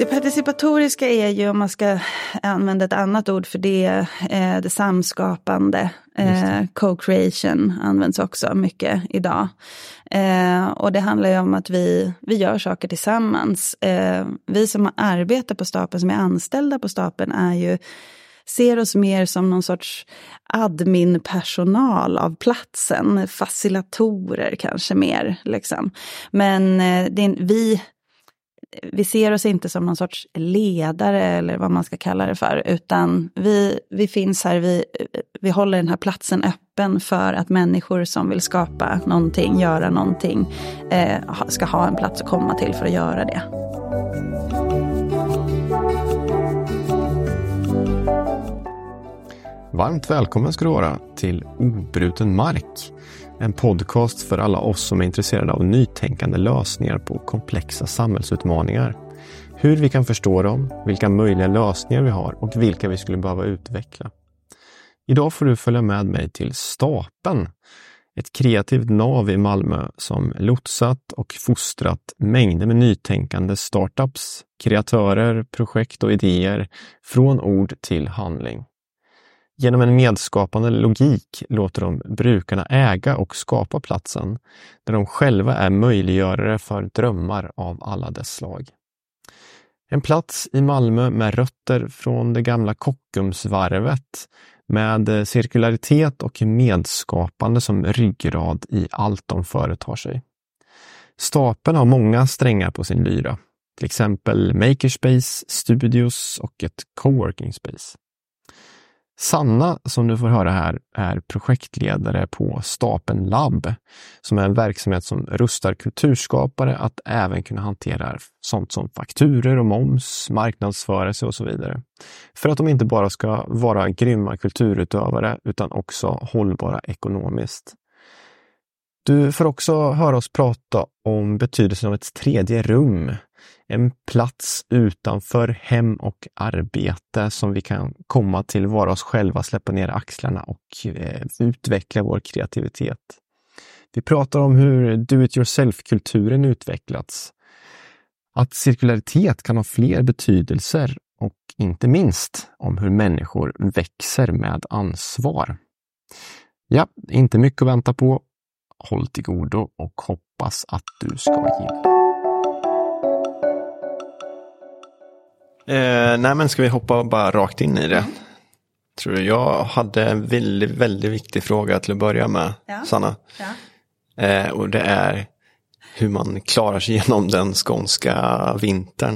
Det participatoriska är ju, om man ska använda ett annat ord för det, det samskapande. Co-creation används också mycket idag. Och det handlar ju om att vi gör saker tillsammans. Vi som arbetar på Stapeln, som är anställda på Stapeln, ser oss mer som någon sorts adminpersonal av platsen. Facilitatorer kanske mer. Liksom. Men vi ser oss inte som någon sorts ledare eller vad man ska kalla det för, utan vi finns här, vi håller den här platsen öppen för att människor som vill skapa någonting, göra någonting, ska ha en plats att komma till för att göra det. Varmt välkommen ska du vara till Obruten mark. En podcast för alla oss som är intresserade av nytänkande lösningar på komplexa samhällsutmaningar. Hur vi kan förstå dem, vilka möjliga lösningar vi har och vilka vi skulle behöva utveckla. Idag får du följa med mig till Stapeln, ett kreativt nav i Malmö som lotsat och fostrat mängder med nytänkande startups, kreatörer, projekt och idéer från ord till handling. Genom en medskapande logik låter de brukarna äga och skapa platsen, där de själva är möjliggörare för drömmar av alla dess slag. En plats i Malmö med rötter från det gamla Kockumsvarvet, med cirkularitet och medskapande som ryggrad i allt de företar sig. Stapeln har många strängar på sin lyra, till exempel makerspace, studios och ett coworking space. Sanna, som du får höra här, är projektledare på Stapeln Lab, som är en verksamhet som rustar kulturskapare att även kunna hantera sånt som fakturer och moms, marknadsförelse och så vidare. För att de inte bara ska vara grymma kulturutövare utan också hållbara ekonomiskt. Du får också höra oss prata om betydelsen av ett tredje rum. En plats utanför hem och arbete som vi kan komma till, vara oss själva, släppa ner axlarna och utveckla vår kreativitet. Vi pratar om hur do-it-yourself-kulturen utvecklats. Att cirkularitet kan ha fler betydelser och inte minst om hur människor växer med ansvar. Ja, inte mycket att vänta på. Håll till godo och hoppas att du ska gilla. Nej, men ska vi hoppa bara rakt in i det? Tror jag hade en väldigt, väldigt viktig fråga till att börja med, Sanna. Ja. Och det är hur man klarar sig igenom den skånska vintern.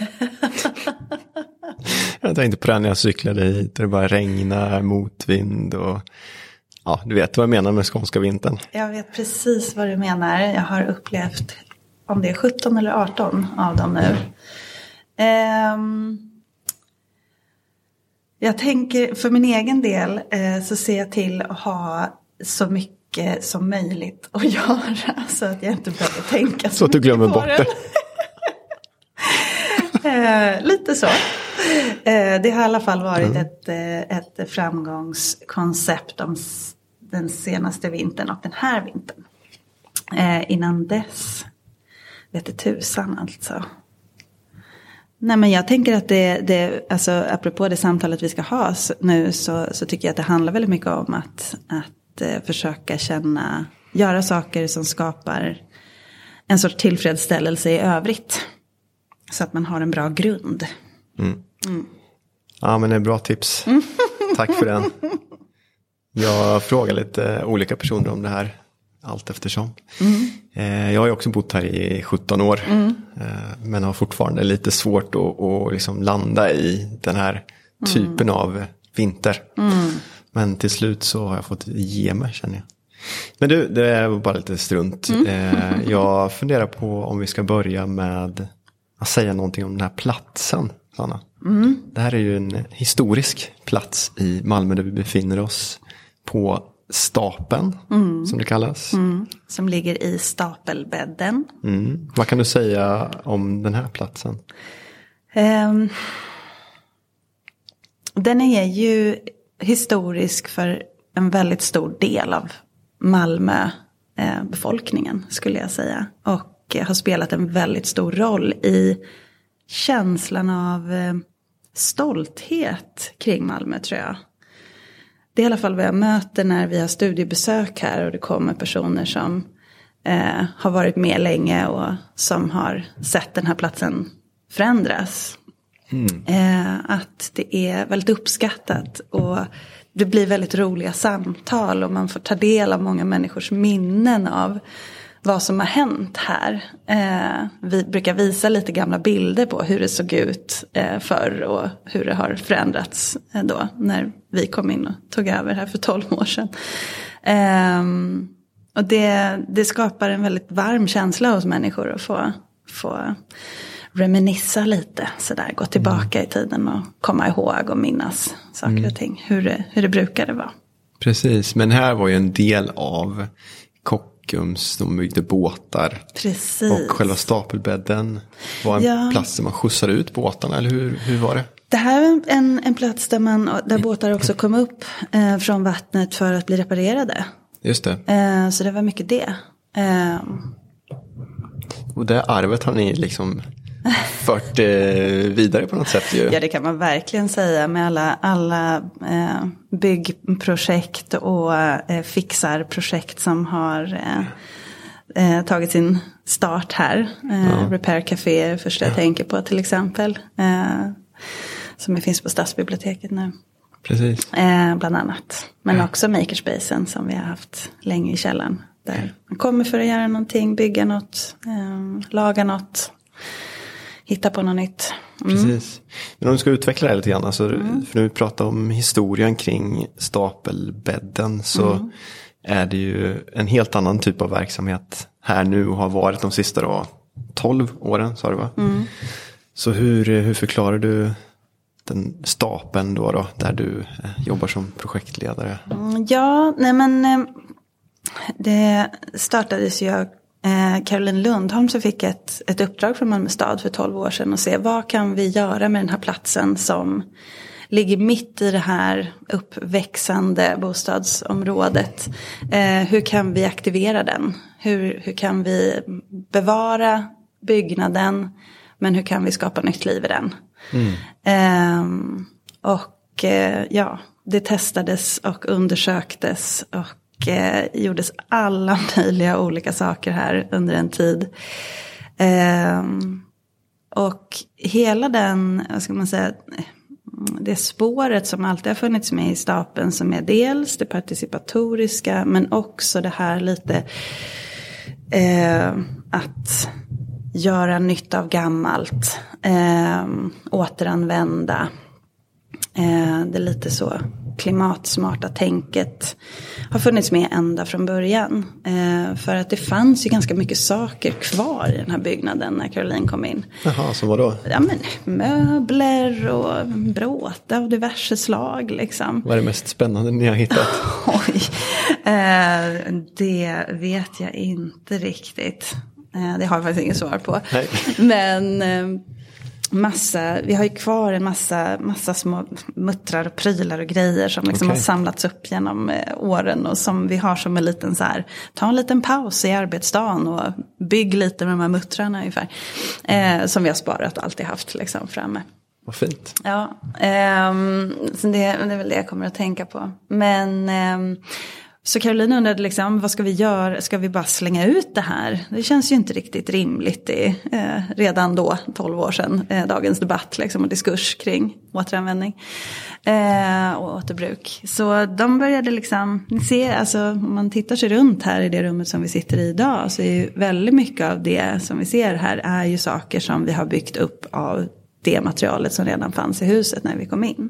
Jag tänkte på det när jag cyklade hit. Det bara regnar, motvind och ja, du vet vad jag menar med skånska vintern. Jag vet precis vad du menar. Jag har upplevt om det är 17 eller 18 av dem nu. Jag tänker för min egen del så ser jag till att ha så mycket som möjligt att göra så att jag inte behöver tänka så att du glömmer bort det. Lite så. Det har i alla fall varit ett framgångskoncept om den senaste vintern och den här vintern. Innan dess vet det tusan alltså. Nej, men jag tänker att det alltså apropå det samtalet vi ska ha nu så tycker jag att det handlar väldigt mycket om att försöka göra saker som skapar en sorts tillfredsställelse i övrigt. Så att man har en bra grund. Ja, men det är bra tips. Tack för den. Jag frågar lite olika personer om det här allt eftersom. Jag har ju också bott här i 17 år. Men har fortfarande lite svårt att liksom landa i den här typen av vinter. Men till slut så har jag fått ge mig, känner jag. Men du, det är bara lite strunt. Jag funderar på om vi ska börja med att säga någonting om den här platsen, Sanna. Det här är ju en historisk plats i Malmö där vi befinner oss på Stapeln, som det kallas. Som ligger i Stapelbädden. Vad kan du säga om den här platsen? Den är ju historisk för en väldigt stor del av Malmö befolkningen, skulle jag säga. Och har spelat en väldigt stor roll i känslan av stolthet kring Malmö, tror jag. Det är i alla fall vad jag möter när vi har studiebesök här och det kommer personer som har varit med länge och som har sett den här platsen förändras. Att det är väldigt uppskattat och det blir väldigt roliga samtal och man får ta del av många människors minnen av vad som har hänt här. Vi brukar visa lite gamla bilder på hur det såg ut förr och hur det har förändrats då när vi kom in och tog över här för 12 år sedan. Och det skapar en väldigt varm känsla hos människor att få reminissa lite sådär, gå tillbaka i tiden och komma ihåg och minnas saker och ting, hur det brukade vara. Precis, men här var ju en del av Kockums, de byggde båtar. Precis. Och själva stapelbädden var en plats där man skjutsade ut båtarna, eller hur var det? Det här är en plats där båtar också kom upp från vattnet för att bli reparerade. Just det. Så det var mycket det. Och det arvet har ni liksom fört vidare på något sätt ju. Ja, det kan man verkligen säga med alla byggprojekt och fixarprojekt som har tagit sin start här. Repair Café är det första jag tänker på till exempel. Som finns på Stadsbiblioteket nu. Precis. Bland annat. Men också Makerspacen som vi har haft länge i källaren. Där man kommer för att göra någonting, bygga något, laga något. Hitta på något nytt. Precis. Men om du ska utveckla det lite grann. Alltså, för när vi pratar om historien kring stapelbädden så är det ju en helt annan typ av verksamhet här nu och har varit de sista 12 åren, sa du va? Så hur förklarar du den stapeln då där du jobbar som projektledare? Det startades ju Caroline Lundholm som fick ett uppdrag från Malmö stad för 12 år sedan och se vad kan vi göra med den här platsen som ligger mitt i det här uppväxande bostadsområdet. Hur kan vi aktivera den? Hur kan vi bevara byggnaden, men hur kan vi skapa nytt liv i den? Det testades och undersöktes och gjordes alla möjliga olika saker här under en tid. Och hela den, vad ska man säga, det spåret som alltid har funnits med i stapeln som är dels det participatoriska men också det här lite att göra nytta av gammalt, återanvända. Det är lite så klimatsmarta tänket har funnits med ända från början. För att det fanns ju ganska mycket saker kvar i den här byggnaden när Caroline kom in. Jaha, så vadå? Ja, men möbler och bråte av diverse slag liksom. Vad är det mest spännande ni har hittat? Oj, det vet jag inte riktigt. Det har jag faktiskt inget svar på. Nej. Men vi har ju kvar en massa små muttrar och prylar och grejer som liksom har samlats upp genom åren och som vi har som en liten så här, ta en liten paus i arbetsdagen och bygg lite med de här muttrarna ungefär. Som vi har sparat och alltid haft liksom framme. Vad fint. Ja, så det är väl det jag kommer att tänka på. Men så Caroline undrade liksom, vad ska vi göra? Ska vi bara slänga ut det här? Det känns ju inte riktigt rimligt redan då, 12 år sedan, dagens debatt liksom, och diskurs kring återanvändning och återbruk. Så de började liksom, ni ser, alltså om man tittar sig runt här i det rummet som vi sitter i idag så är ju väldigt mycket av det som vi ser här är ju saker som vi har byggt upp av det materialet som redan fanns i huset när vi kom in.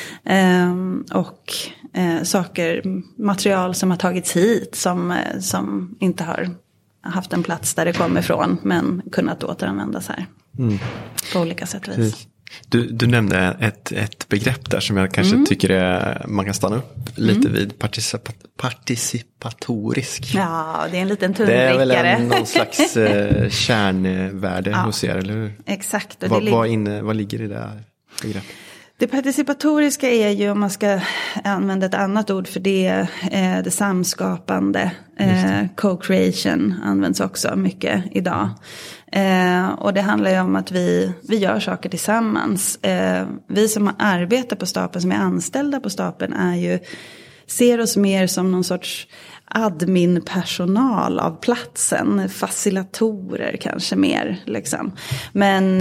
Material som har tagits hit som inte har haft en plats där det kommer ifrån men kunnat återanvändas här. På olika sätt och vis. Du nämnde ett begrepp där som jag kanske tycker man kan stanna upp lite vid. Participatorisk. Ja, det är en liten tungvrickare. Det är väl någon slags kärnvärde hos er, eller hur? Exakt. Och vad ligger i det här begreppet? Det participatoriska är ju, om man ska använda ett annat ord för det samskapande. Co-creation används också mycket idag. Och det handlar ju om att vi gör saker tillsammans. Vi som arbetar på Stapeln, som är anställda på Stapeln, ser oss mer som någon sorts adminpersonal av platsen. Facilitatorer kanske mer. Liksom. Men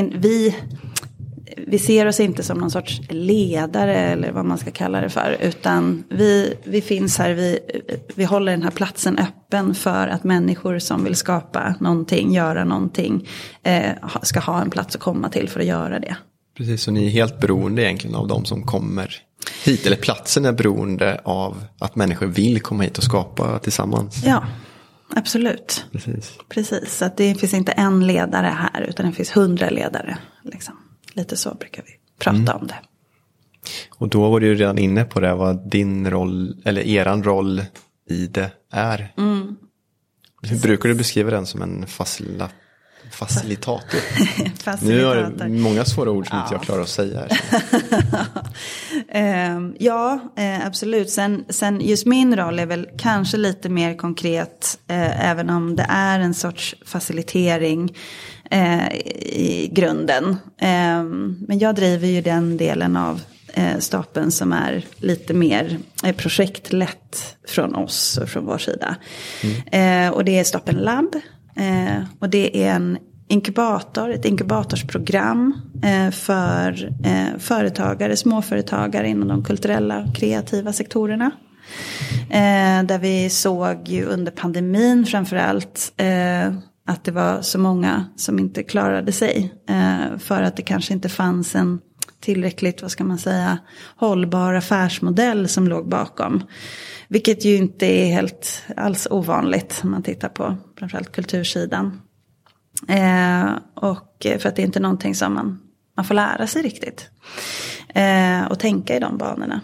vi ser oss inte som någon sorts ledare eller vad man ska kalla det för. Utan vi finns här, vi håller den här platsen öppen för att människor som vill skapa någonting, göra någonting, ska ha en plats att komma till för att göra det. Precis, så ni är helt beroende egentligen av de som kommer hit. Eller platsen är beroende av att människor vill komma hit och skapa tillsammans. Ja, absolut. Precis, så att det finns inte en ledare här utan det finns 100 ledare liksom. Lite så brukar vi prata om det. Och då var du ju redan inne på det, vad din roll, eller eran roll i det är. Hur brukar du beskriva den som en facilitator? Nu har du många svåra ord som inte jag klarar att säga. Absolut. Sen just min roll är väl kanske lite mer konkret, även om det är en sorts facilitering i grunden. Men jag driver ju den delen av Stapeln som är lite mer projektlätt från oss och från vår sida. Och det är Stapeln Lab. Och det är ett inkubatorsprogram för småföretagare inom de kulturella och kreativa sektorerna. Där vi såg ju under pandemin framförallt att det var så många som inte klarade sig. För att det kanske inte fanns en tillräckligt, hållbar affärsmodell som låg bakom. Vilket ju inte är helt alls ovanligt om man tittar på framförallt kultursidan. Och för att det är inte någonting som man får lära sig riktigt. Och tänka i de banorna.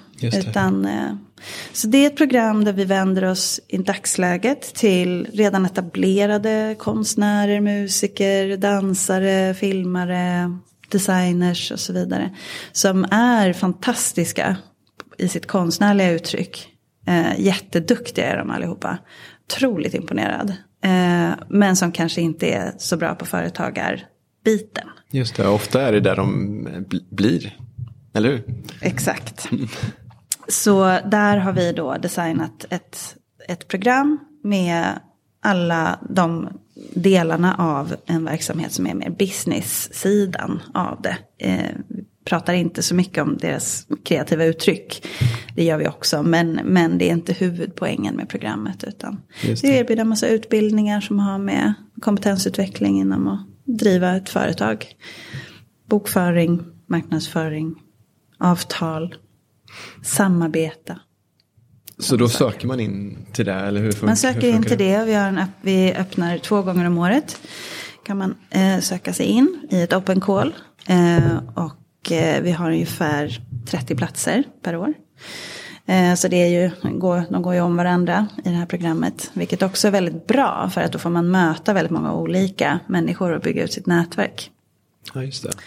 Så det är ett program där vi vänder oss i dagsläget till redan etablerade konstnärer, musiker, dansare, filmare, designers och så vidare. Som är fantastiska i sitt konstnärliga uttryck. Jätteduktiga är de allihopa. Otroligt imponerad. Men som kanske inte är så bra på företagarbiten. Just det, ofta är det där de blir. Eller hur? Exakt. Så där har vi då designat ett program med alla de delarna av en verksamhet som är mer business-sidan av det. Vi pratar inte så mycket om deras kreativa uttryck. Det gör vi också, men det är inte huvudpoängen med programmet. Utan vi erbjuder en massa utbildningar som har med kompetensutveckling inom att driva ett företag. Bokföring, marknadsföring, avtal, samarbeta. Så då söker man in till det, eller hur funkar det? Man söker in till det. Vi öppnar 2 gånger om året. Kan man söka sig in i ett open call. Och vi har ungefär 30 platser per år. Så det är ju, de går ju om varandra i det här programmet. Vilket också är väldigt bra, för att då får man möta väldigt många olika människor och bygga ut sitt nätverk. Ja, just det.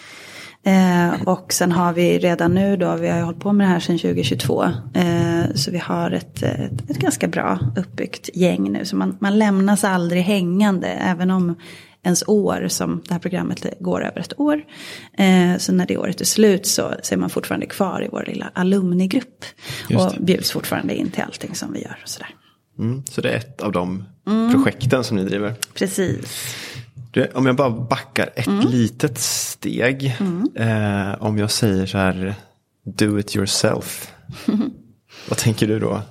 Och sen har vi redan nu då, vi har ju hållit på med det här sedan 2022. Så vi har ett ganska bra uppbyggt gäng nu. Så man lämnas aldrig hängande, även om ens år, som det här programmet går över ett år. Så när det året är slut så är man fortfarande kvar i vår lilla alumnigrupp. Och bjuds fortfarande in till allting som vi gör och sådär. Så det är ett av de projekten som ni driver? Precis. Om jag bara backar ett litet steg. Om jag säger så här, do it yourself. Vad tänker du då?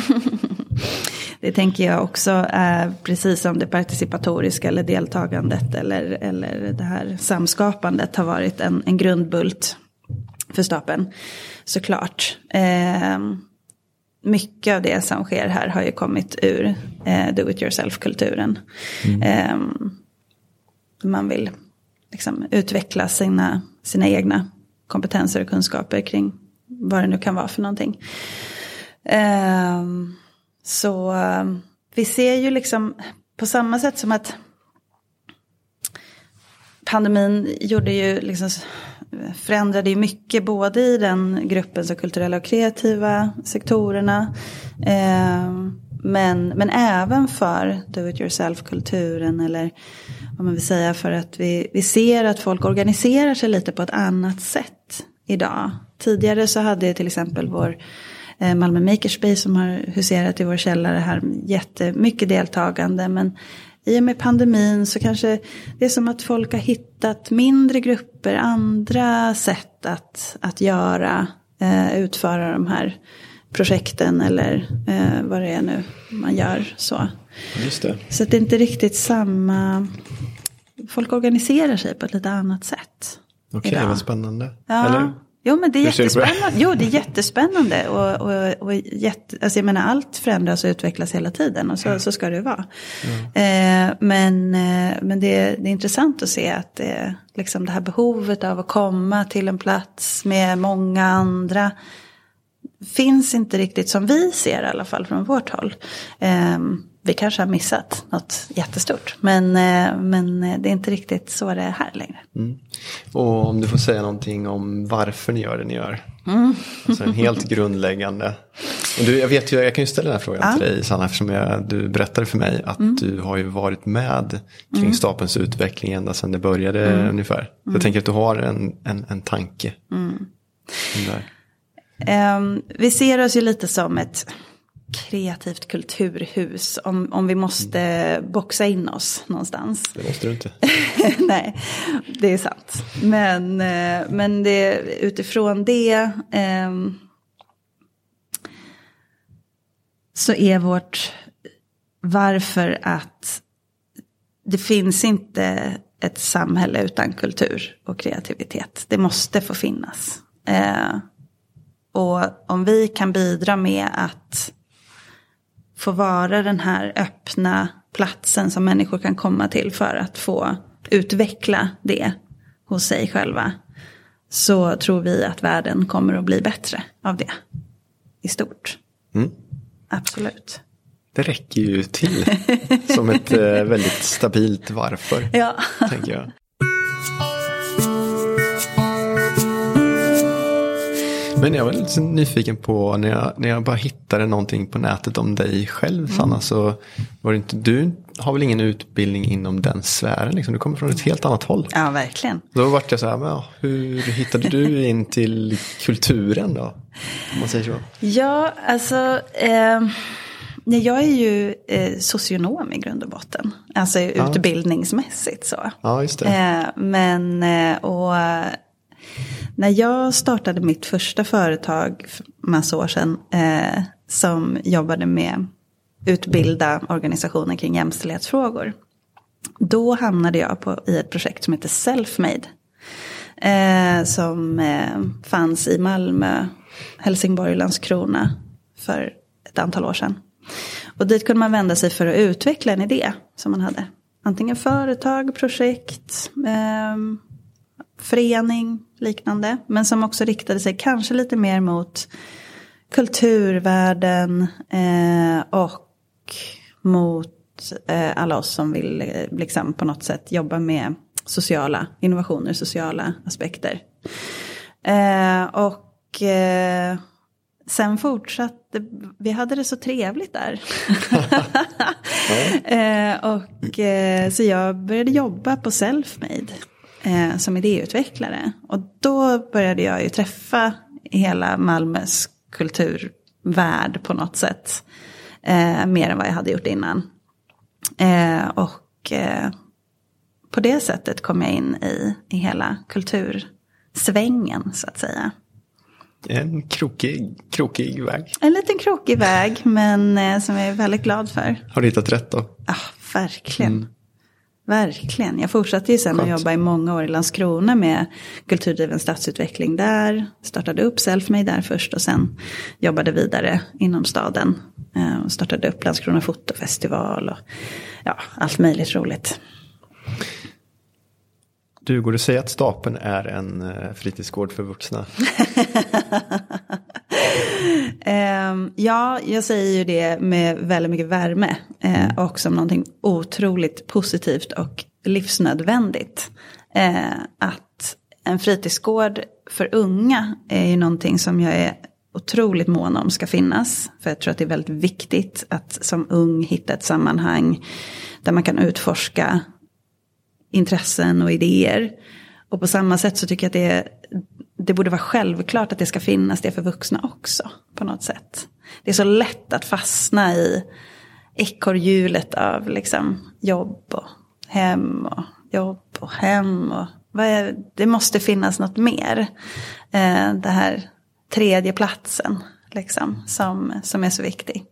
Det tänker jag också är precis som det participatoriska eller deltagandet eller det här samskapandet har varit en grundbult för Stapeln. Såklart. Mycket av det som sker här har ju kommit ur do it yourself-kulturen. Man vill liksom utveckla sina egna kompetenser och kunskaper kring vad det nu kan vara för någonting. Så vi ser ju liksom på samma sätt som att pandemin gjorde ju liksom, förändrade ju mycket både i den gruppen så kulturella och kreativa sektorerna. Men även för do-it-yourself-kulturen eller vad man vill säga, för att vi ser att folk organiserar sig lite på ett annat sätt idag. Tidigare så hade till exempel vår Malmö Makerspace som har huserat i vår källare här jättemycket deltagande, men i och med pandemin så kanske det är som att folk har hittat mindre grupper, andra sätt att utföra de här projekten eller vad det är nu man gör så. Just det. Så att det är inte riktigt samma, folk organiserar sig på ett lite annat sätt. Okej, vad spännande. Ja. Eller? Jo, men det är jättespännande. Jo, det är jättespännande och alltså jag menar, allt förändras och utvecklas hela tiden och så ska det vara. Men det är intressant att se att liksom det här behovet av att komma till en plats med många andra finns inte riktigt som vi ser i alla fall från vårt håll. Vi kanske har missat något jättestort. Men det är inte riktigt så det är här längre. Mm. Och om du får säga någonting om varför ni gör det ni gör. Alltså en helt grundläggande. Och jag kan ju ställa den här frågan till dig, Sanna, eftersom du berättade för mig att du har ju varit med kring Stapens utveckling ända sedan det började ungefär. Jag tänker att du har en tanke. Där. Vi ser oss ju lite som ett kreativt kulturhus om vi måste boxa in oss någonstans. Det måste du inte. Nej, det är sant. Men det, utifrån det så är vårt varför att det finns inte ett samhälle utan kultur och kreativitet. Det måste få finnas. Och om vi kan bidra med att få vara den här öppna platsen som människor kan komma till för att få utveckla det hos sig själva, så tror vi att världen kommer att bli bättre av det i stort. Absolut. Det räcker ju till som ett väldigt stabilt varför, tänker jag. Men jag var lite nyfiken på när jag bara hittade någonting på nätet om dig själv, Sanna, så var det inte, du har väl ingen utbildning inom den sfären liksom, du kommer från ett helt annat håll. Ja, verkligen. Då var jag så här, hur hittade du in till kulturen då, om man säger så? Ja, alltså jag är ju socionom i grund och botten, alltså utbildningsmässigt så. Ja, just det. När jag startade mitt första företag för massa år sedan som jobbade med utbilda organisationer kring jämställdhetsfrågor, då hamnade jag i ett projekt som heter Selfmade som fanns i Malmö, Helsingborg och Landskrona för ett antal år sedan. Och dit kunde man vända sig för att utveckla en idé som man hade. Antingen företag, projekt, förening, liknande. Men som också riktade sig kanske lite mer mot kulturvärlden och mot alla oss som vill liksom på något sätt jobba med sociala innovationer, sociala aspekter. Sen fortsatte, vi hade det så trevligt där. Så jag började jobba på Selfmade som idéutvecklare. Och då började jag ju träffa hela Malmös kulturvärld på något sätt. Mer än vad jag hade gjort innan. På det sättet kom jag in i hela kultursvängen så att säga. En krokig väg. En liten krokig väg, men som jag är väldigt glad för. Har du hittat rätt då? Ja, verkligen. Verkligen. Jag fortsatte ju sen att jobba i många år i Landskrona med kulturdriven stadsutveckling där. Startade upp Selfmade där först och sen jobbade vidare inom staden. Och startade upp Landskrona fotofestival och allt möjligt roligt. Du, går det att säga att Stapen är en fritidsgård för vuxna? Ja, jag säger ju det med väldigt mycket värme. Och som någonting otroligt positivt och livsnödvändigt. Att en fritidsgård för unga är ju någonting som jag är otroligt mån om ska finnas. För jag tror att det är väldigt viktigt att som ung hitta ett sammanhang där man kan utforska intressen och idéer. Och på samma sätt så tycker jag att det borde vara självklart att det ska finnas det för vuxna också på något sätt. Det är så lätt att fastna i ekorrhjulet av liksom jobb och hem och jobb och hem. Och det måste finnas något mer. Det här tredje platsen liksom, som är så viktig.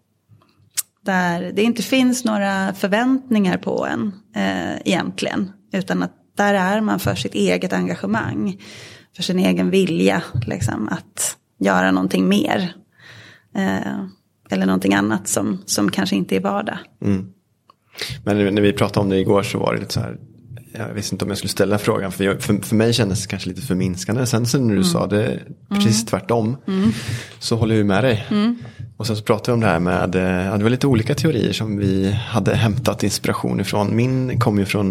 Där det inte finns några förväntningar på en egentligen. Utan att där är man för sitt eget engagemang. För sin egen vilja liksom, att göra någonting mer. Eller någonting annat som kanske inte är vardag. Mm. Men när vi pratade om det igår så var det lite så här. Jag visste inte om jag skulle ställa frågan. För mig kändes det kanske lite förminskande. Sen så när du sa det precis tvärtom. Så håller jag med dig. Och sen så pratade vi om det här med. Det var lite olika teorier som vi hade hämtat inspiration ifrån. Min kom ju från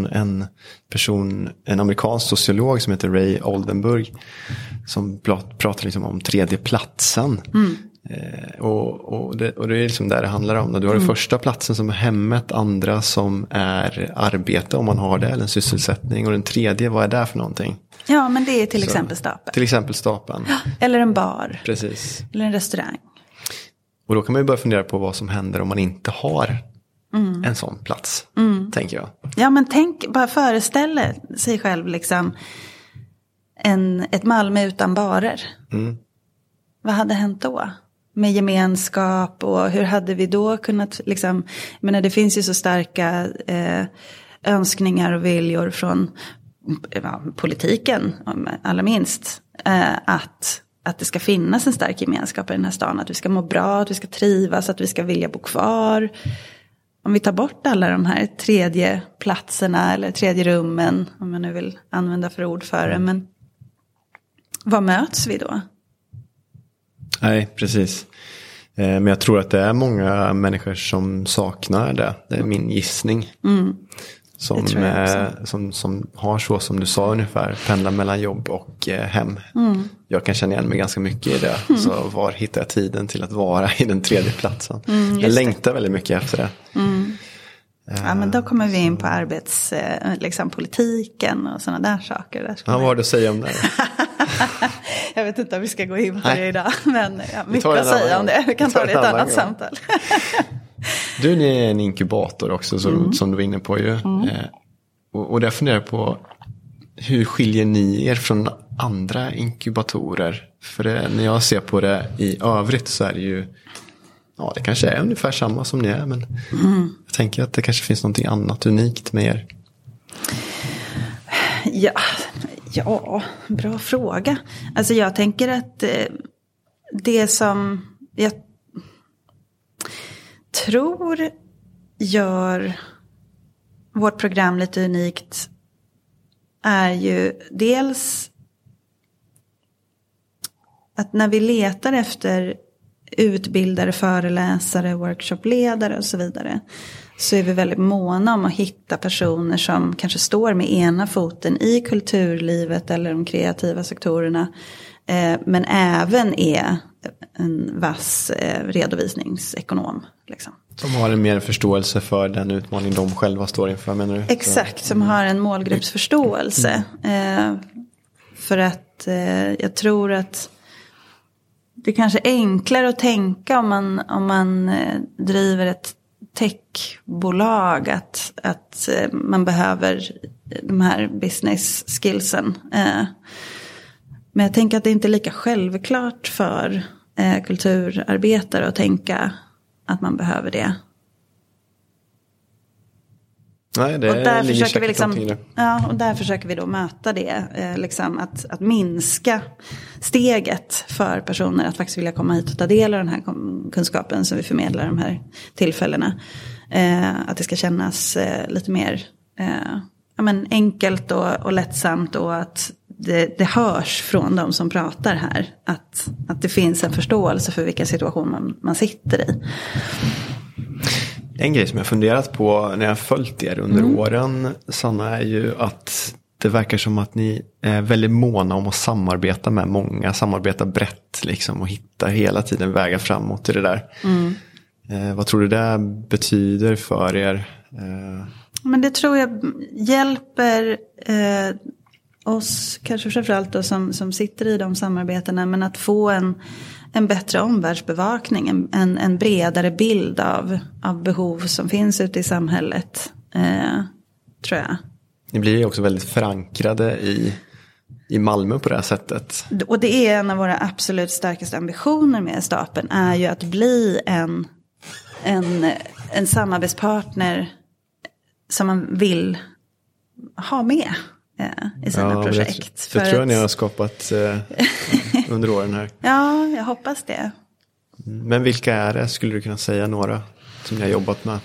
en amerikansk sociolog som heter Ray Oldenburg. Som pratar liksom om tredje platsen. Och det är liksom där det handlar om. Du har den första platsen som är hemmet, andra som är arbete om man har det, eller en sysselsättning, och den tredje, vad är det för någonting? Ja, men det är till exempel stapeln. Till exempel stapeln. Eller en bar. Precis. Eller en restaurang. Och då kan man ju börja fundera på vad som händer om man inte har en sån plats, tänker jag. Ja, men bara föreställa sig själv liksom ett Malmö utan barer. Vad hade hänt då? Med gemenskap, och hur hade vi då kunnat liksom, jag menar, det finns ju så starka önskningar och viljor från politiken allra minst, att det ska finnas en stark gemenskap i den här stan, att vi ska må bra, att vi ska trivas, att vi ska vilja bo kvar. Om vi tar bort alla de här tredje platserna eller tredje rummen, om man nu vill använda för ord för det, men vad möts vi då? Nej, precis. Men jag tror att det är många människor som saknar det. Det är min gissning. Som har så, som du sa ungefär, pendla mellan jobb och hem. Jag kan känna igen mig ganska mycket i det. Så var hittar jag tiden till att vara i den tredje platsen? Jag längtar väldigt mycket efter det. Ja, men då kommer vi in på politiken och sådana där saker. Vad har du att säga om det? Jag vet inte om vi ska gå in på det idag. Men mycket att säga om det. Vi kan ta det i ett annat samtal. Du är en inkubator också, som du var inne på ju. Och där funderar jag på, hur skiljer ni er från andra inkubatorer? För när jag ser på det i övrigt så är det ju, ja, det kanske är ungefär samma som ni är, men jag tänker att det kanske finns någonting annat unikt med er. Ja, bra fråga. Alltså jag tänker att det som jag tror gör vårt program lite unikt är ju dels att när vi letar efter utbildare, föreläsare, workshopledare och så vidare, så är vi väldigt måna om att hitta personer som kanske står med ena foten i kulturlivet eller de kreativa sektorerna, men även är en vass redovisningsekonom. Liksom. Som har en mer förståelse för den utmaning de själva står inför, menar du? Exakt, som har en målgruppsförståelse. För att jag tror att det kanske är enklare att tänka om man driver ett techbolag att man behöver de här business skillsen. Men jag tänker att det inte är lika självklart för kulturarbetare att tänka att man behöver det. Nej, det och där ligger försöker vi liksom, det. ja, och där försöker vi då möta det, liksom att minska steget för personer att faktiskt vilja komma hit och ta del av den här kunskapen som vi förmedlar de här tillfällena. Att det ska kännas lite mer enkelt och lättsamt, och att det hörs från de som pratar här att det finns en förståelse för vilken situation man sitter i. En grej som jag funderat på när jag följt er under åren, Sanna, är ju att det verkar som att ni är väldigt måna om att samarbeta med många, samarbeta brett liksom, och hitta hela tiden vägar framåt i det där. Vad tror du det betyder för er? Men det tror jag hjälper oss, kanske framförallt då som sitter i de samarbetena, men att få en bättre omvärldsbevakning, en bredare bild av behov som finns ute i samhället, tror jag. Ni blir ju också väldigt förankrade i Malmö på det här sättet. Och det är en av våra absolut starkaste ambitioner med Stapeln, är ju att bli en samarbetspartner som man vill ha med i sina projekt. Det tror jag ni har skapat under åren här. Ja, jag hoppas det. Men vilka är det? Skulle du kunna säga några som ni har jobbat med?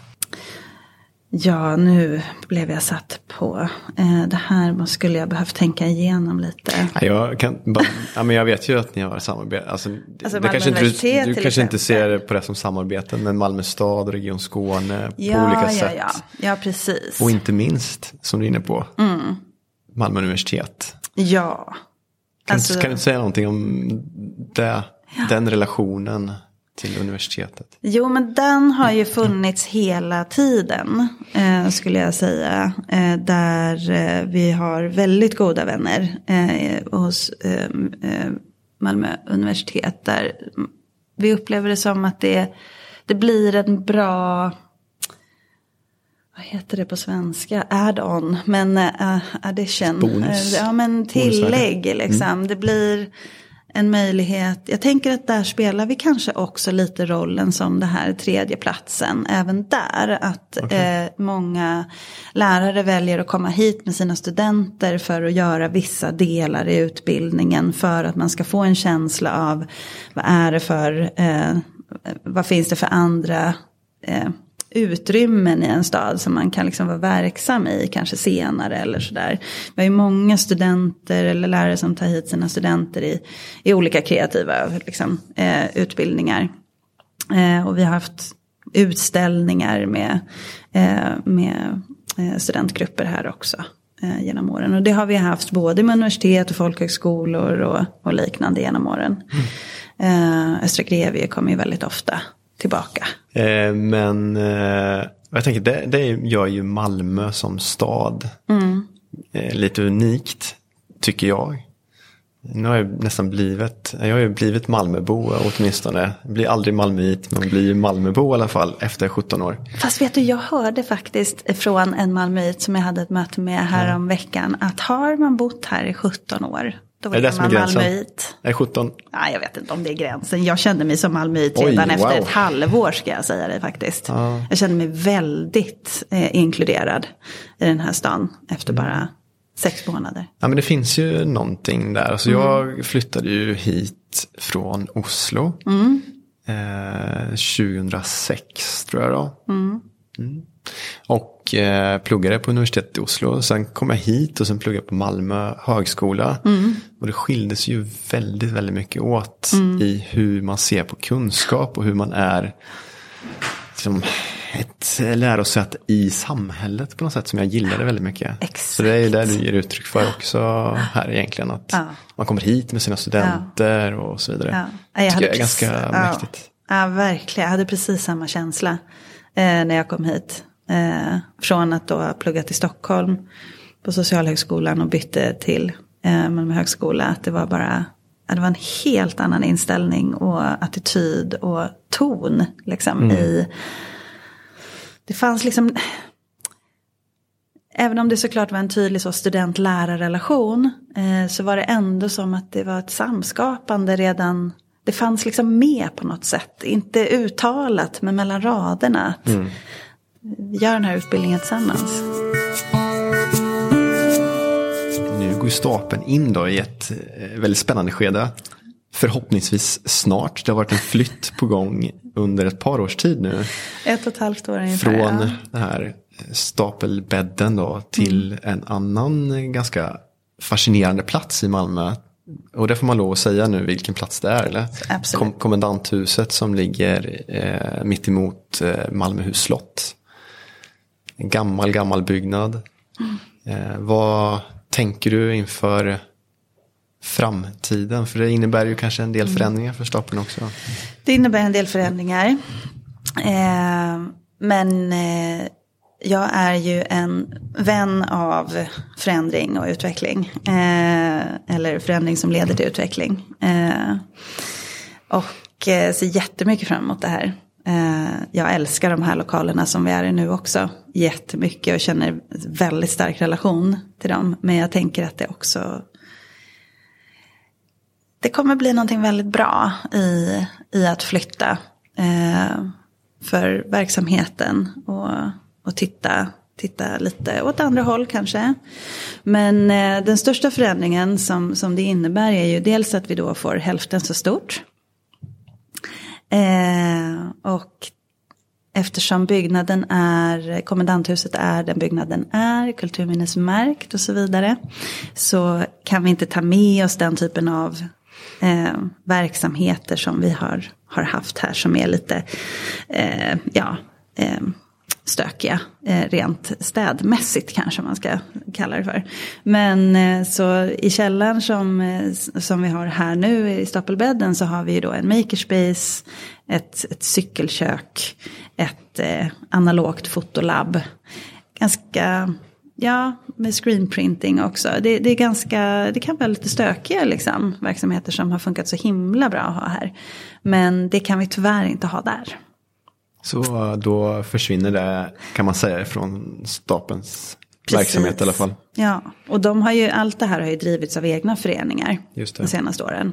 Ja, nu blev jag satt på det här. Skulle jag behövt tänka igenom lite. Men jag vet ju att ni har samarbete. Alltså det kanske inte, du kanske inte ser det på det som samarbeten, men Malmö stad och Region Skåne på olika sätt. Ja, precis. Och inte minst, som du är inne på, Malmö universitet. Ja. Kan du säga någonting om den relationen till universitetet? Jo, men den har ju funnits hela tiden, skulle jag säga. Där vi har väldigt goda vänner hos Malmö universitet. Där vi upplever det som att det blir en bra... Vad heter det på svenska? Add-on. Men addition. Bonus. Ja, men tillägg liksom. Det blir en möjlighet. Jag tänker att där spelar vi kanske också lite rollen som det här tredje platsen. Även där att många lärare väljer att komma hit med sina studenter för att göra vissa delar i utbildningen. För att man ska få en känsla av vad finns det för andra utrymmen i en stad som man kan liksom vara verksam i kanske senare eller sådär. Vi har ju många studenter eller lärare som tar hit sina studenter i olika kreativa liksom, utbildningar. Och vi har haft utställningar med studentgrupper här också genom åren. Och det har vi haft både med universitet och folkhögskolor och liknande genom åren. Östra Grevie kommer ju väldigt ofta tillbaka. Men jag tänker det gör ju Malmö som stad lite unikt, tycker jag. Nu har jag nästan blivit Malmöbo åtminstone. Jag blir aldrig Malmöit, men blir Malmöbo i alla fall efter 17 år. Fast vet du, jag hörde faktiskt från en Malmöit som jag hade ett möte med här om veckan, att har man bott här i 17 år, då är man Malmöit. Är 17? Nej, jag vet inte om det är gränsen. Jag kände mig som Malmöit redan efter ett halvår, ska jag säga det faktiskt. Ja. Jag kände mig väldigt inkluderad i den här stan efter bara 6 månader. Ja, men det finns ju någonting där. Alltså jag flyttade ju hit från Oslo 2006 tror jag då. Och pluggade på universitetet i Oslo. Sen kom jag hit och sen pluggade på Malmö högskola. Och det skildes ju väldigt, väldigt mycket åt i hur man ser på kunskap och hur man är liksom ett lärosäte i samhället på något sätt som jag gillade väldigt mycket. Exakt. Så det är ju det du ger uttryck för också här egentligen. Att man kommer hit med sina studenter och så vidare. Ja. Jag det är ganska mäktigt. Ja, verkligen. Jag hade precis samma känsla när jag kom hit. Från att då plugga till Stockholm på Socialhögskolan och bytte till Malmö högskola. Att det var bara... Det var en helt annan inställning och attityd och ton liksom det fanns liksom, även om det såklart var en tydlig så student-lärarrelation, så var det ändå som att det var ett samskapande redan, det fanns liksom med på något sätt, inte uttalat men mellan raderna att göra den här utbildningen tillsammans. Nu går Stapeln in då i ett väldigt spännande skede. Förhoppningsvis snart. Det har varit en flytt på gång under ett par års tid nu. 1,5 år ungefär. Från den här stapelbädden då till en annan ganska fascinerande plats i Malmö. Och det får man lov att säga nu vilken plats det är, eller? Absolut. Kommendanthuset som ligger mitt emot Malmöhus slott. En gammal byggnad. Vad tänker du inför framtiden? För det innebär ju kanske en del förändringar för Stapeln också. Det innebär en del förändringar. Men jag är ju en vän av förändring och utveckling. Eller förändring som leder till utveckling. Och ser jättemycket fram emot det här. Jag älskar de här lokalerna som vi är i nu också jättemycket och känner väldigt stark relation till dem. Men jag tänker att det också, det kommer bli någonting väldigt bra i att flytta för verksamheten och titta lite åt andra håll kanske. Men den största förändringen som det innebär är ju dels att vi då får hälften så stort. Och eftersom byggnaden kommendanthuset är den byggnaden är, kulturminnesmärkt och så vidare, så kan vi inte ta med oss den typen av verksamheter som vi har haft här, som är lite stökiga, rent städmässigt kanske man ska kalla det för. Men så i källaren som vi har här nu i Stapelbädden, så har vi ju då en makerspace, ett cykelkök, ett analogt fotolabb, ganska, med screenprinting också. Det är ganska, det kan vara lite stökiga liksom, verksamheter som har funkat så himla bra att ha här. Men det kan vi tyvärr inte ha där. Så då försvinner det, kan man säga, från Stapelns verksamhet i alla fall. Ja, och allt det här har ju drivits av egna föreningar de senaste åren.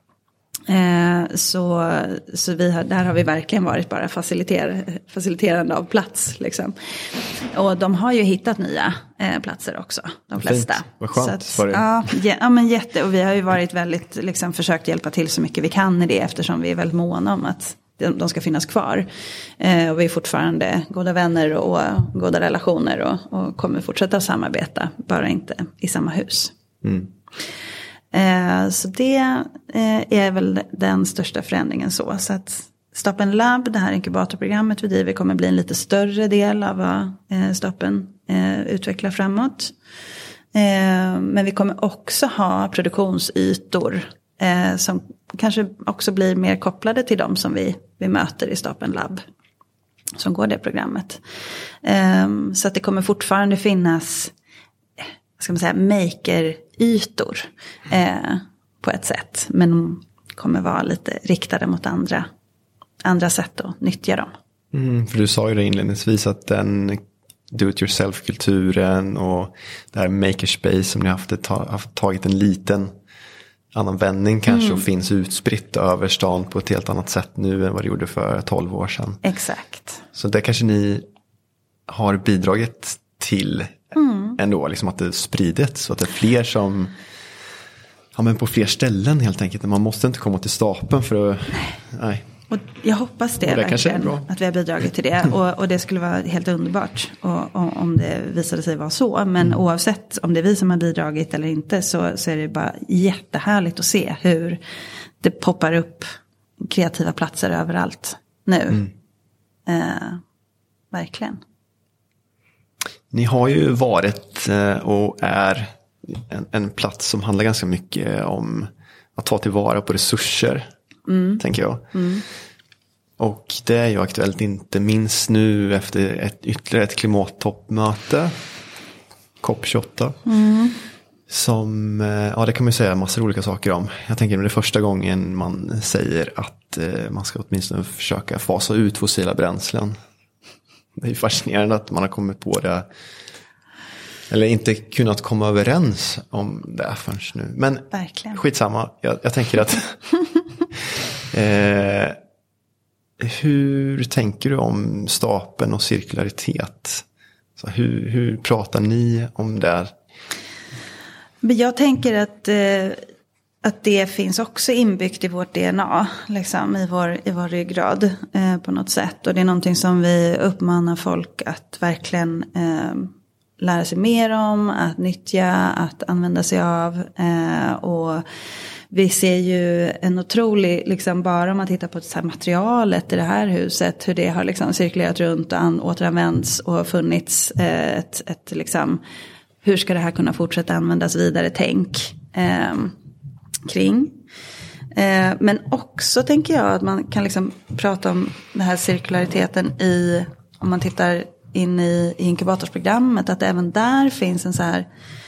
Så där har vi verkligen varit bara faciliterande av plats liksom. Och de har ju hittat nya platser också, de flesta. Fint. Vad skönt för det. Ja, men och vi har ju varit väldigt liksom, försökt hjälpa till så mycket vi kan i det, eftersom vi är väldigt måna om att de ska finnas kvar. Och vi är fortfarande goda vänner och goda relationer och kommer fortsätta samarbeta, bara inte i samma hus. Så det är väl den största förändringen så att Stapeln Lab, det här inkubatorprogrammet vi driver, kommer bli en lite större del av vad Stapeln utvecklar framåt. Men vi kommer också ha produktionsytor som kanske också blir mer kopplade till dem som vi möter i Stapeln Lab, som går det programmet. Så att det kommer fortfarande finnas, ska man säga, maker-ytor på ett sätt. Men de kommer vara lite riktade mot andra sätt att nyttja dem. För du sa ju det inledningsvis att den do-it-yourself-kulturen och det här makerspace som ni har tagit en liten annan vändning kanske och finns utspritt över stan på ett helt annat sätt nu än vad det gjorde för 12 år sedan. Exakt. Så det kanske ni har bidragit till ändå, liksom att det sprids så att det är fler som, men på fler ställen helt enkelt. Man måste inte komma till Stapeln för att, nej. Och jag hoppas det verkligen, att vi har bidragit till det. Och det skulle vara helt underbart om det visade sig vara så. Men oavsett om det är vi som har bidragit eller inte, så är det bara jättehärligt att se hur det poppar upp kreativa platser överallt nu. Verkligen. Ni har ju varit och är en plats som handlar ganska mycket om att ta tillvara på resurser, tänker jag. Och det är ju aktuellt inte minst nu efter ytterligare ett klimattoppmöte, COP28. Som, det kan man ju säga massor olika saker om. Jag tänker att det är första gången man säger att man ska åtminstone försöka fasa ut fossila bränslen. Det är ju fascinerande att man har kommit på det. Eller inte kunnat komma överens om det förrän nu. Men verkligen. Skitsamma, jag tänker att hur tänker du om Stapeln och cirkularitet? Så hur pratar ni om det? Jag tänker att det finns också inbyggt i vårt DNA, liksom, i vår ryggrad på något sätt. Och det är någonting som vi uppmanar folk att verkligen lära sig mer om, att nyttja, att använda sig av. Och vi ser ju en otrolig, liksom, bara om man tittar på så här materialet i det här huset, hur det har liksom cirkulerat runt och återanvänts och funnits ett liksom hur ska det här kunna fortsätta användas vidare, tänk kring. Men också tänker jag att man kan liksom prata om den här cirkulariteten om man tittar in i inkubatorsprogrammet, att även där finns en så här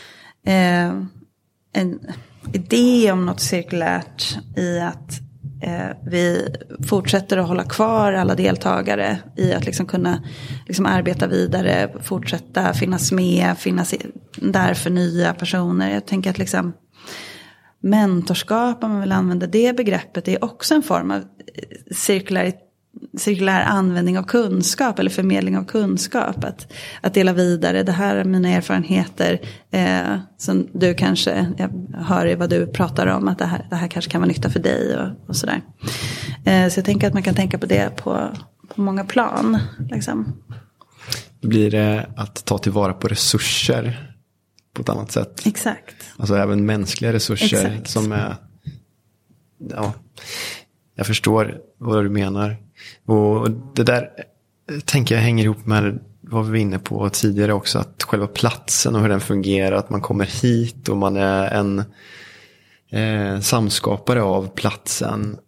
en idé om något cirkulärt i att vi fortsätter att hålla kvar alla deltagare i att liksom kunna liksom arbeta vidare, fortsätta finnas med, finnas där för nya personer. Jag tänker att liksom mentorskap, om man vill använda det begreppet, är också en form av cirkulär användning av kunskap eller förmedling av kunskap. Att dela vidare, det här är mina erfarenheter som du kanske, jag hör i vad du pratar om, att det här kanske kan vara nytta för dig och sådär. Så jag tänker att man kan tänka på det på många plan. Liksom. Blir det att ta tillvara på resurser på ett annat sätt? Exakt. Alltså även mänskliga resurser. Exakt. Som är, ja, jag förstår vad du menar. Och det där tänker jag hänger ihop med vad vi var inne på tidigare också, att själva platsen och hur den fungerar, att man kommer hit och man är en samskapare av platsen,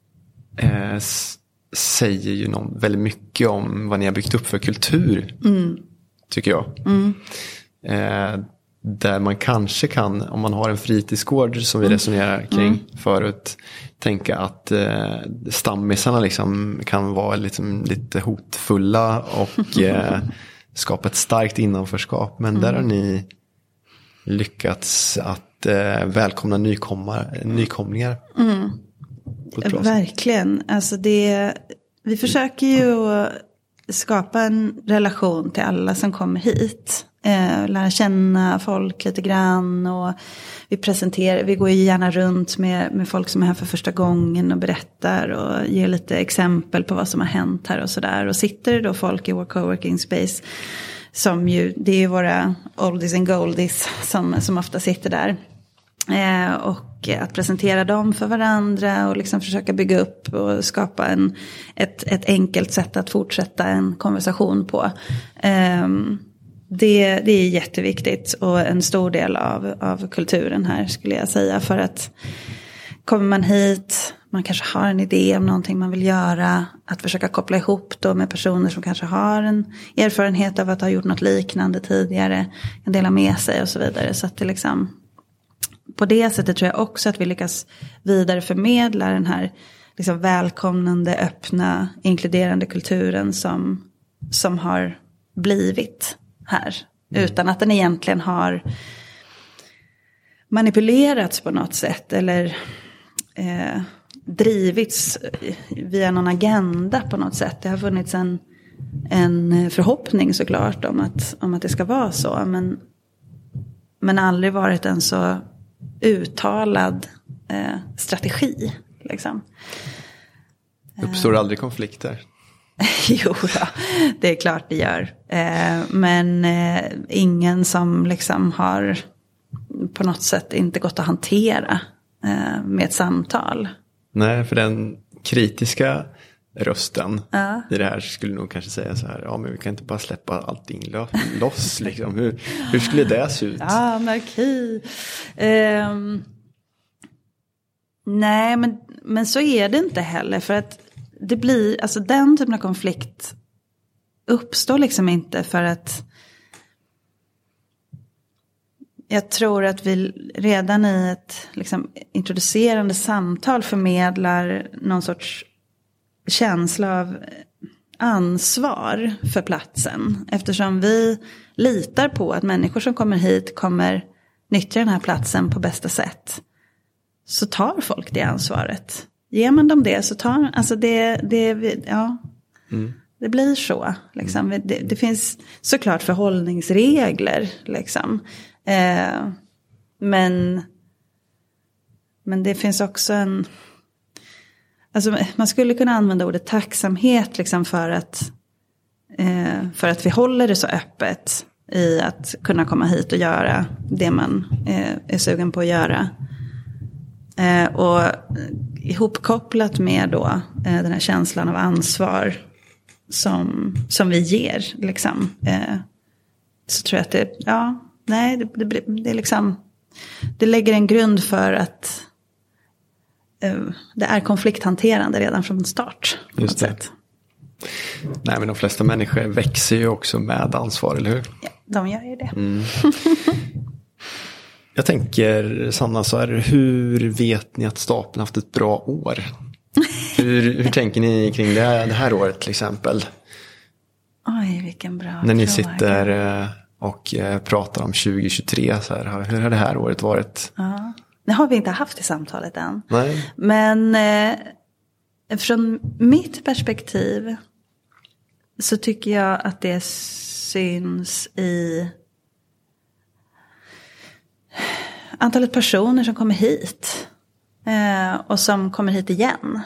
säger ju väldigt mycket om vad ni har byggt upp för kultur, tycker jag. Där man kanske kan, om man har en fritidsgård som vi resonerar kring förut, tänka att stammisarna liksom kan vara liksom lite hotfulla och skapa ett starkt innanförskap. Men där har ni lyckats att välkomna nykomlingar. Verkligen. Alltså vi försöker ju skapa en relation till alla som kommer hit. Lära känna folk lite grann, och vi går ju gärna runt med folk som är här för första gången och berättar och ger lite exempel på vad som har hänt här och sådär. Och sitter det då folk i vår coworking space som ju, det är ju våra oldies and goldies som ofta sitter där. Och att presentera dem för varandra och liksom försöka bygga upp och skapa ett enkelt sätt att fortsätta en konversation på. Det är jätteviktigt och en stor del av kulturen här, skulle jag säga. För att kommer man hit, man kanske har en idé om någonting man vill göra, att försöka koppla ihop då med personer som kanske har en erfarenhet av att ha gjort något liknande tidigare, kan dela med sig och så vidare. Så att det liksom, på det sättet tror jag också att vi lyckas vidareförmedla den här liksom välkomnande, öppna, inkluderande kulturen som har blivit här. Utan att den egentligen har manipulerats på något sätt eller drivits via någon agenda på något sätt. Det har funnits en förhoppning såklart om att det ska vara så. Men aldrig varit en så uttalad strategi. Liksom. Uppstår aldrig konflikter? Jo då, det är klart det gör. Men ingen som liksom har på något sätt inte gått att hantera med ett samtal. Nej, för den kritiska rösten i det här skulle nog kanske säga så här, ja men vi kan inte bara släppa allting loss liksom. Hur skulle det se ut? Ja, anarki. Nej, men så är det inte heller, för att det blir, alltså den typen av konflikt uppstår liksom inte för att jag tror att vi redan i ett liksom introducerande samtal förmedlar någon sorts känsla av ansvar för platsen. Eftersom vi litar på att människor som kommer hit kommer nyttja den här platsen på bästa sätt, så tar folk det ansvaret. Ger man dem det så tar, alltså det blir så. Liksom. Det finns såklart förhållningsregler. Liksom. Men det finns också alltså man skulle kunna använda ordet tacksamhet liksom, för att vi håller det så öppet i att kunna komma hit och göra det man är sugen på att göra. Och ihopkopplat med då den här känslan av ansvar som vi ger liksom, så tror jag att nej, det är liksom, det lägger en grund för att det är konflikthanterande redan från start. Just det. Sätt. Nej, men de flesta människor växer ju också med ansvar, eller hur? Ja, de gör ju det. Jag tänker, Sanna, så här, hur vet ni att stapeln haft ett bra år? Hur tänker ni kring det här året till exempel? Oj, vilken bra när ni fråga. sitter och pratar om 2023, så här, hur har det här året varit? Ja, det har vi inte haft i samtalet än. Nej. Men från mitt perspektiv så tycker jag att det syns i antalet personer som kommer hit. Och som kommer hit igen.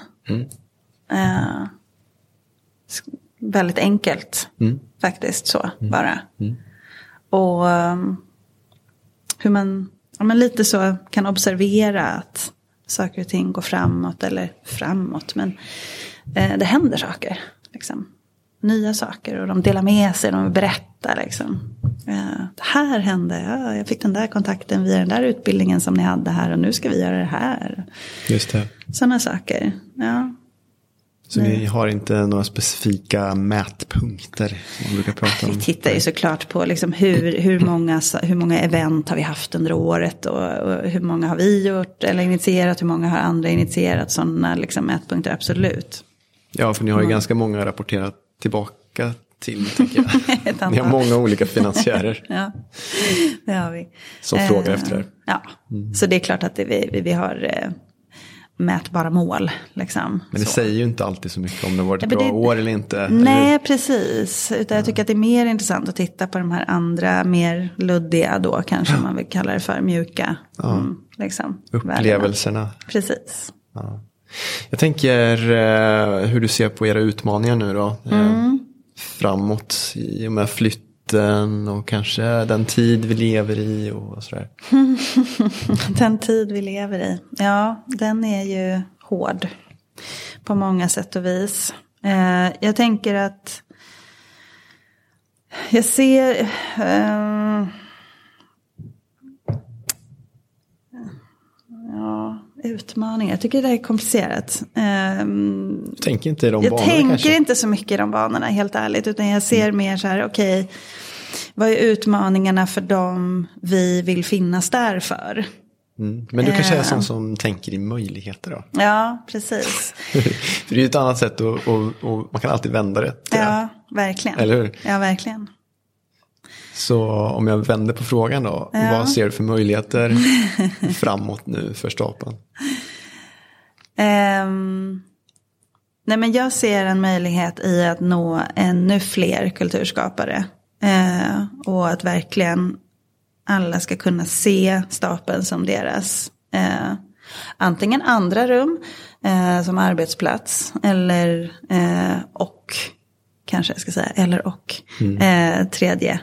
Väldigt enkelt. Faktiskt så bara. Och hur man lite så kan observera att saker och ting går framåt. Eller framåt. Men det händer saker. Liksom. Nya saker. Och de delar med sig. De berättar liksom. Det här hände. Ja, jag fick den där kontakten via den där utbildningen som ni hade här. Och nu ska vi göra det här. Just det. Sådana saker. Ja. Så ni har inte några specifika mätpunkter som man brukar prata om? Vi tittar ju såklart på liksom hur många event har vi haft under året. Och hur många har vi gjort eller initierat. Hur många har andra initierat. Sådana liksom mätpunkter, absolut. Ja, för ni har ju ganska många rapporterat tillbaka till, tänker jag. Ni har många olika finansiärer. Ja, det har vi. Som frågar efter det. Ja, så det är klart att vi har mätbara mål. Liksom. Men det så. Säger ju inte alltid så mycket om det har varit ett bra år eller inte. Nej, eller? Precis. Utan jag tycker att det är mer intressant att titta på de här andra, mer luddiga då, kanske man vill kalla det för, mjuka. Ja. Liksom, upplevelserna. värdena. Precis. Ja. Jag tänker hur du ser på era utmaningar nu då. Framåt i och med flytten och kanske den tid vi lever i och sådär. Den tid vi lever i. Ja, den är ju hård på många sätt och vis. Jag tänker att jag ser utmaningar. Jag tycker det är komplicerat. Tänker inte i de jag banorna tänker kanske? inte så mycket i de banorna, helt ärligt. Utan jag ser mer så här, okej, vad är utmaningarna för dem vi vill finnas där för? Men du kanske är sån som tänker i möjligheter då? Ja, precis. För det är ju ett annat sätt och man kan alltid vända det. Ja, verkligen. Eller hur? Ja, verkligen. Så om jag vänder på frågan då. Ja. Vad ser du för möjligheter framåt nu för stapeln? Nej, men jag ser en möjlighet i att nå ännu fler kulturskapare. Och att verkligen alla ska kunna se stapeln som deras antingen andra rum som arbetsplats eller och kanske jag ska säga eller och tredje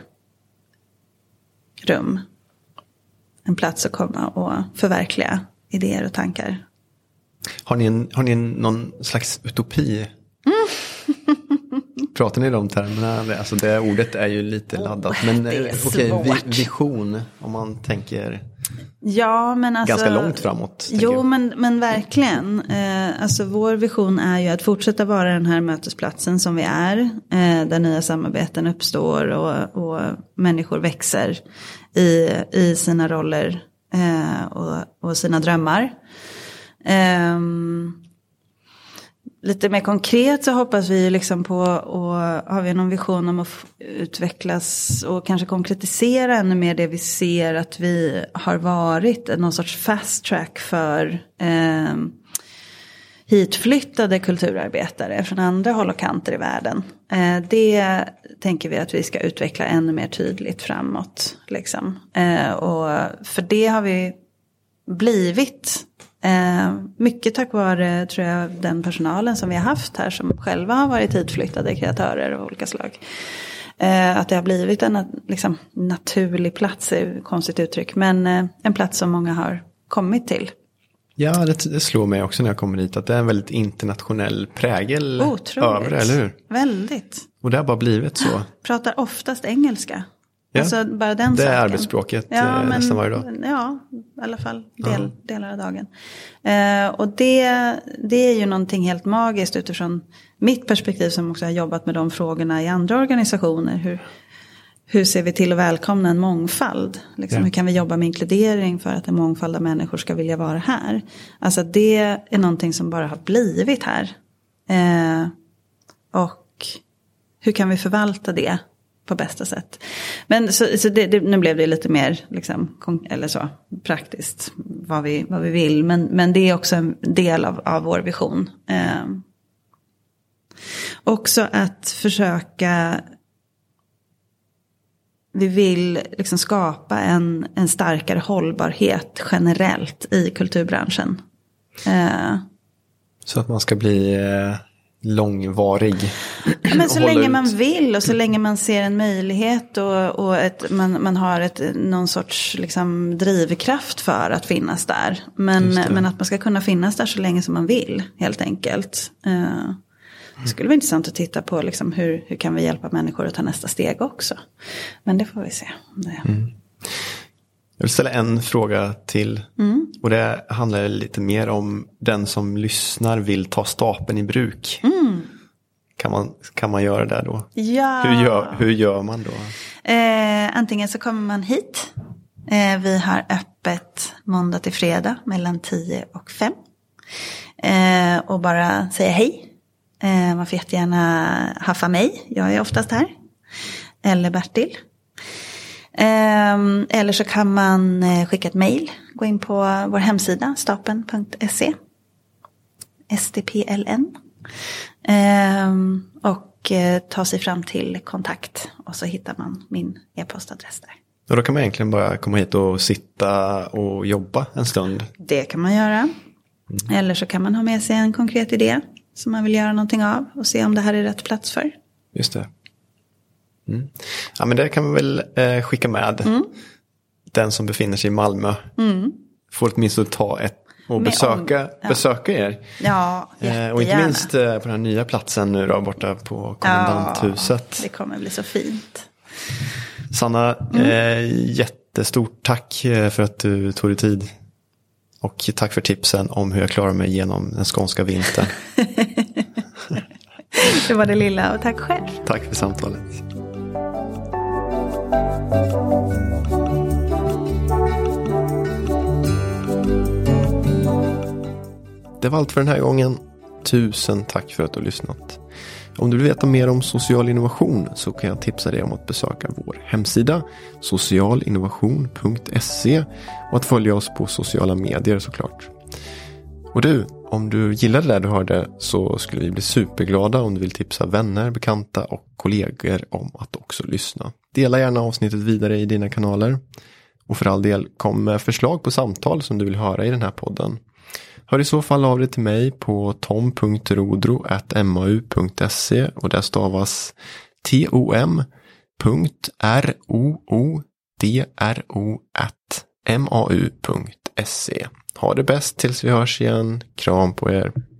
rum. En plats att komma och förverkliga idéer och tankar. Har ni någon slags utopi? Pratar ni i de termerna? Alltså det ordet är ju lite laddat. Men okej, vision om man tänker men alltså, ganska långt framåt. Jo, men verkligen. Alltså vår vision är ju att fortsätta vara den här mötesplatsen som vi är. Där nya samarbeten uppstår och människor växer i sina roller och sina drömmar. Lite mer konkret så hoppas vi liksom på, och har vi någon vision om att utvecklas och kanske konkretisera ännu mer det vi ser att vi har varit någon sorts fast track för hitflyttade kulturarbetare från andra håll och kanter i världen. Det tänker vi att vi ska utveckla ännu mer tydligt framåt. Liksom. Och för det har vi blivit mycket tack vare, tror jag, den personalen som vi har haft här som själva har varit hitflyttade kreatörer av olika slag. Att det har blivit en liksom, naturlig plats, är ett konstigt uttryck, men en plats som många har kommit till. Ja, det slår mig också när jag kommer hit att det är en väldigt internationell prägel över, eller hur? Väldigt. Och det har bara blivit så. Pratar oftast engelska. Ja, alltså bara den det saken. är arbetsspråket nästan varje dag. Ja, i alla fall delar av dagen. Och det är ju någonting helt magiskt utifrån mitt perspektiv som också har jobbat med de frågorna i andra organisationer. Hur ser vi till att välkomna en mångfald? Liksom, hur kan vi jobba med inkludering för att en mångfald av människor ska vilja vara här? Alltså det är någonting som bara har blivit här. Och hur kan vi förvalta det på bästa sätt? Men så nu blev det lite mer liksom, eller så, praktiskt vad vi vill. Men det är också en del av vår vision. Också att försöka... Vi vill liksom skapa en starkare hållbarhet generellt i kulturbranschen. Så att man ska bli långvarig. Men så länge man vill och så länge man ser en möjlighet och man har någon sorts liksom drivkraft för att finnas där. Men att man ska kunna finnas där så länge som man vill, helt enkelt. Det skulle vara intressant att titta på liksom hur kan vi hjälpa människor att ta nästa steg också. Men det får vi se. Jag vill ställa en fråga till. Och det handlar lite mer om den som lyssnar vill ta stapeln i bruk. Kan man göra det då? Ja. Hur gör man då? Antingen så kommer man hit. Vi har öppet måndag till fredag mellan 10 och 5. Och bara säga hej. Man får jättegärna haffa mig. Jag är oftast här. Eller Bertil. Eller så kan man skicka ett mejl. Gå in på vår hemsida. stapeln.se STPLN. Och ta sig fram till kontakt. Och så hittar man min e-postadress där. Och då kan man egentligen bara komma hit och sitta och jobba en stund. Det kan man göra. Eller så kan man ha med sig en konkret idé som man vill göra någonting av och se om det här är rätt plats för. Just det. Ja, men det kan man väl skicka med. Den som befinner sig i Malmö får åtminstone ta och besöka er. Ja, jättegärna. Och inte minst på den här nya platsen nu då, borta på kommendanthuset. Ja, det kommer bli så fint. Sanna, jättestort tack för att du tog dig tid. Och tack för tipsen om hur jag klarar mig genom den skånska vintern. Det var det lilla, och tack själv. Tack för samtalet. Det var allt för den här gången. Tusen tack för att du har lyssnat. Om du vill veta mer om social innovation så kan jag tipsa dig om att besöka vår hemsida socialinnovation.se och att följa oss på sociala medier såklart. Och du, om du gillar det där du hörde så skulle vi bli superglada om du vill tipsa vänner, bekanta och kollegor om att också lyssna. Dela gärna avsnittet vidare i dina kanaler. Och för all del, kom med förslag på samtal som du vill höra i den här podden. Hör i så fall av dig till mig på tom.rodro@mau.se och där stavas tom.roodro@mau.se. Ha det bäst tills vi hörs igen. Kram på er.